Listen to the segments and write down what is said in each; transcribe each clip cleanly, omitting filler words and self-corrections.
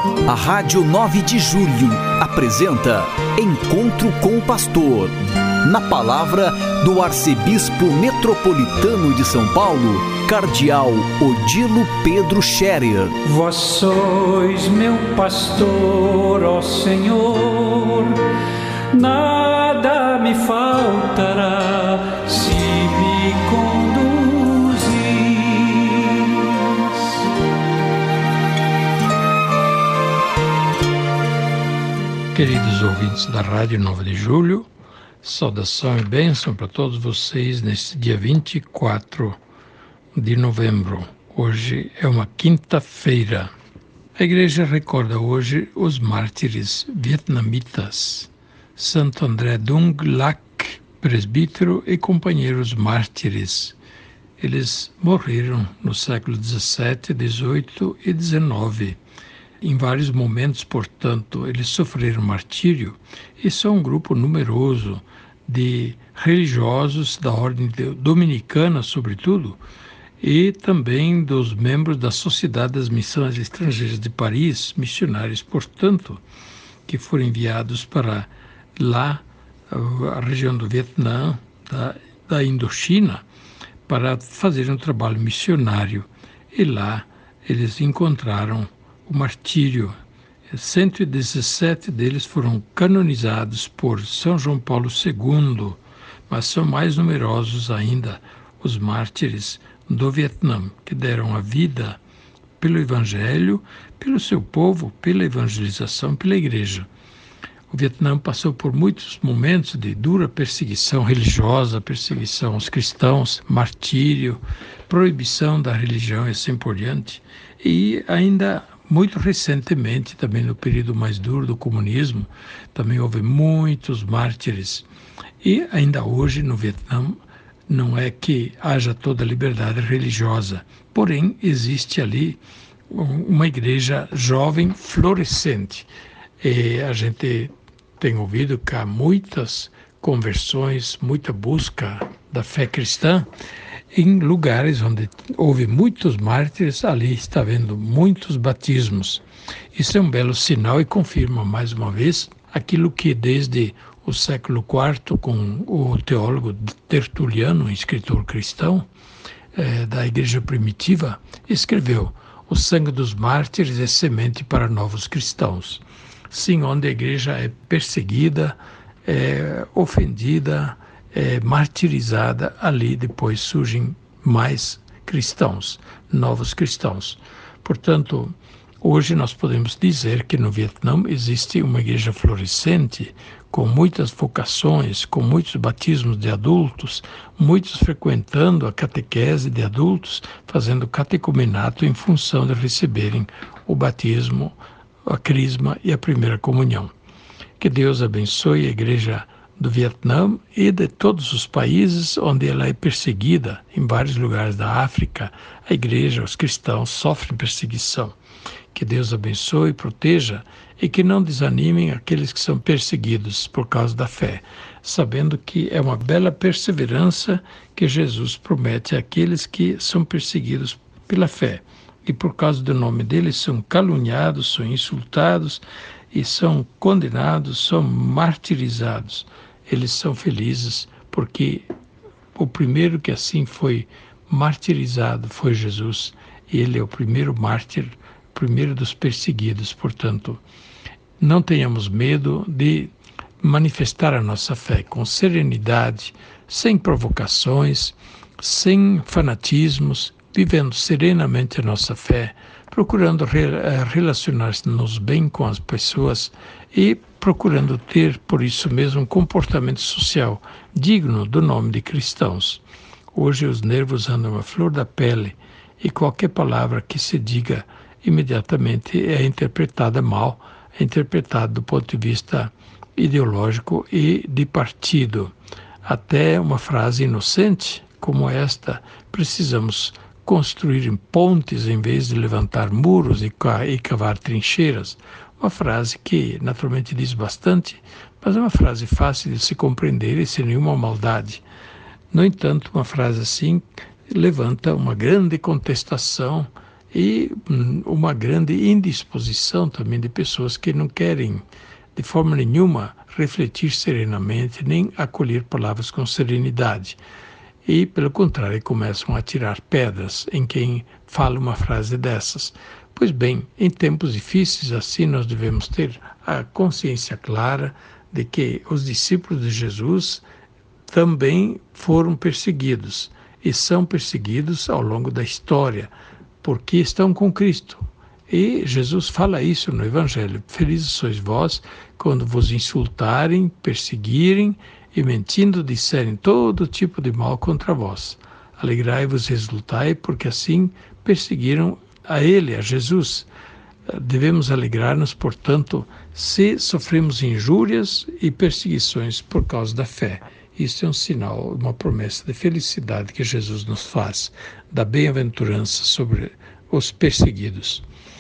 A Rádio 9 de Julho apresenta Encontro com o Pastor. Na palavra do Arcebispo Metropolitano de São Paulo, Cardeal Odilo Pedro Scherer. Vós sois meu pastor, ó Senhor, nada me faltará se me conduzis. Queridos ouvintes da Rádio 9 de Julho, saudação e bênção para todos vocês neste dia 24 de novembro. Hoje é uma quinta-feira. A igreja recorda hoje os mártires vietnamitas. Santo André Dung Lac, presbítero e companheiros mártires. Eles morreram no século XVII, XVIII e XIX. Em vários momentos, portanto, eles sofreram martírio e são um grupo numeroso de religiosos da ordem dominicana, sobretudo, e também dos membros da Sociedade das Missões Estrangeiras de Paris, missionários, portanto, que foram enviados para lá, a região do Vietnã, da Indochina, para fazer um trabalho missionário. E lá eles encontraram o martírio. 117 deles foram canonizados por São João Paulo II, mas são mais numerosos ainda os mártires do Vietnã, que deram a vida pelo Evangelho, pelo seu povo, pela evangelização, pela Igreja. O Vietnã passou por muitos momentos de dura perseguição religiosa, perseguição aos cristãos, martírio, proibição da religião e assim por diante. E ainda muito recentemente, também no período mais duro do comunismo, também houve muitos mártires. E ainda hoje no Vietnã não é que haja toda a liberdade religiosa, porém existe ali uma igreja jovem florescente. E a gente tem ouvido que há muitas conversões, muita busca da fé cristã. Em lugares onde houve muitos mártires, ali está havendo muitos batismos. Isso é um belo sinal e confirma mais uma vez aquilo que desde o século IV, com o teólogo Tertuliano, um escritor cristão da igreja primitiva, escreveu: o sangue dos mártires é semente para novos cristãos. Sim, onde a igreja é perseguida, ofendida, martirizada, ali depois surgem mais cristãos, novos cristãos. Portanto, hoje nós podemos dizer que no Vietnã existe uma igreja florescente, com muitas vocações, com muitos batismos de adultos, muitos frequentando a catequese de adultos, fazendo catecumenato em função de receberem o batismo, a crisma e a primeira comunhão. Que Deus abençoe a igreja do Vietnã e de todos os países onde ela é perseguida. Em vários lugares da África, a igreja, os cristãos sofrem perseguição. Que Deus abençoe e proteja e que não desanimem aqueles que são perseguidos por causa da fé, sabendo que é uma bela perseverança que Jesus promete àqueles que são perseguidos pela fé. E por causa do nome dele são caluniados, são insultados e são condenados, são martirizados. Eles são felizes porque o primeiro que assim foi martirizado foi Jesus. E ele é o primeiro mártir, o primeiro dos perseguidos. Portanto, não tenhamos medo de manifestar a nossa fé com serenidade, sem provocações, sem fanatismos, vivendo serenamente a nossa fé, procurando relacionar-nos bem com as pessoas e procurando ter, por isso mesmo, um comportamento social digno do nome de cristãos. Hoje os nervos andam à flor da pele e qualquer palavra que se diga imediatamente é interpretada mal, é interpretada do ponto de vista ideológico e de partido. Até uma frase inocente como esta, precisamos construir pontes em vez de levantar muros e cavar trincheiras. Uma frase que naturalmente diz bastante, mas é uma frase fácil de se compreender e sem nenhuma maldade. No entanto, uma frase assim levanta uma grande contestação e uma grande indisposição também de pessoas que não querem, de forma nenhuma, refletir serenamente, nem acolher palavras com serenidade. E, pelo contrário, começam a tirar pedras em quem fala uma frase dessas. Pois bem, em tempos difíceis assim, nós devemos ter a consciência clara de que os discípulos de Jesus também foram perseguidos e são perseguidos ao longo da história, porque estão com Cristo. E Jesus fala isso no Evangelho: felizes sois vós quando vos insultarem, perseguirem e mentindo disserem todo tipo de mal contra vós. Alegrai-vos e exultai, porque assim perseguiram a Ele, a Jesus. Devemos alegrar-nos, portanto, se sofremos injúrias e perseguições por causa da fé. Isso é um sinal, uma promessa de felicidade que Jesus nos faz, da bem-aventurança sobre os perseguidos.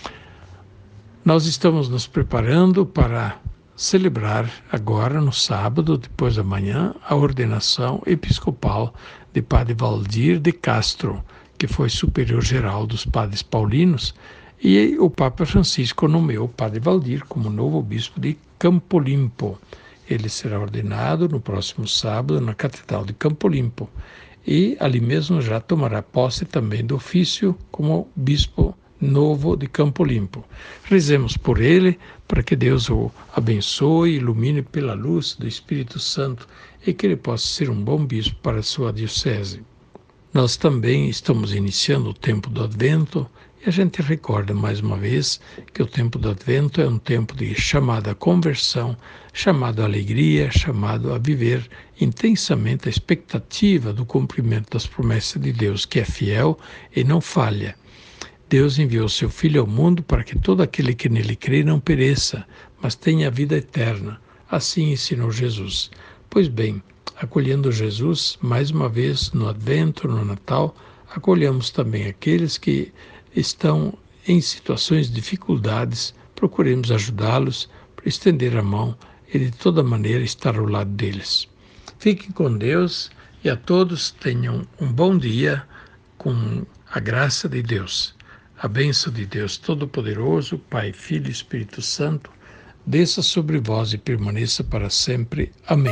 Nós estamos nos preparando para celebrar agora, no sábado, depois da manhã, a ordenação episcopal de Padre Valdir de Castro, que foi superior-geral dos padres paulinos, e o Papa Francisco nomeou Padre Valdir como novo bispo de Campo Limpo. Ele será ordenado no próximo sábado na Catedral de Campo Limpo e ali mesmo já tomará posse também do ofício como bispo novo de Campo Limpo. Rezemos por ele, para que Deus o abençoe e ilumine pela luz do Espírito Santo e que ele possa ser um bom bispo para a sua diocese. Nós também estamos iniciando o tempo do Advento e a gente recorda mais uma vez que o tempo do Advento é um tempo de chamada conversão, chamado à alegria, chamado a viver intensamente a expectativa do cumprimento das promessas de Deus, que é fiel e não falha. Deus enviou seu Filho ao mundo para que todo aquele que nele crê não pereça, mas tenha a vida eterna. Assim ensinou Jesus. Pois bem, acolhendo Jesus, mais uma vez, no Advento, no Natal, acolhamos também aqueles que estão em situações de dificuldades, procuremos ajudá-los, estender a mão e de toda maneira estar ao lado deles. Fiquem com Deus e a todos tenham um bom dia com a graça de Deus. A bênção de Deus Todo-Poderoso, Pai, Filho e Espírito Santo, desça sobre vós e permaneça para sempre. Amém.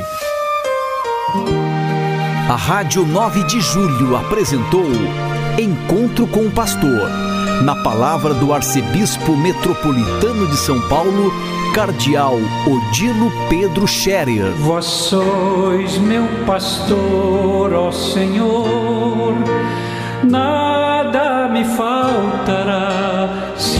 A Rádio 9 de Julho apresentou Encontro com o Pastor, na palavra do Arcebispo Metropolitano de São Paulo, Cardeal Odilo Pedro Scherer. Vós sois meu pastor, ó Senhor, nada me faltará.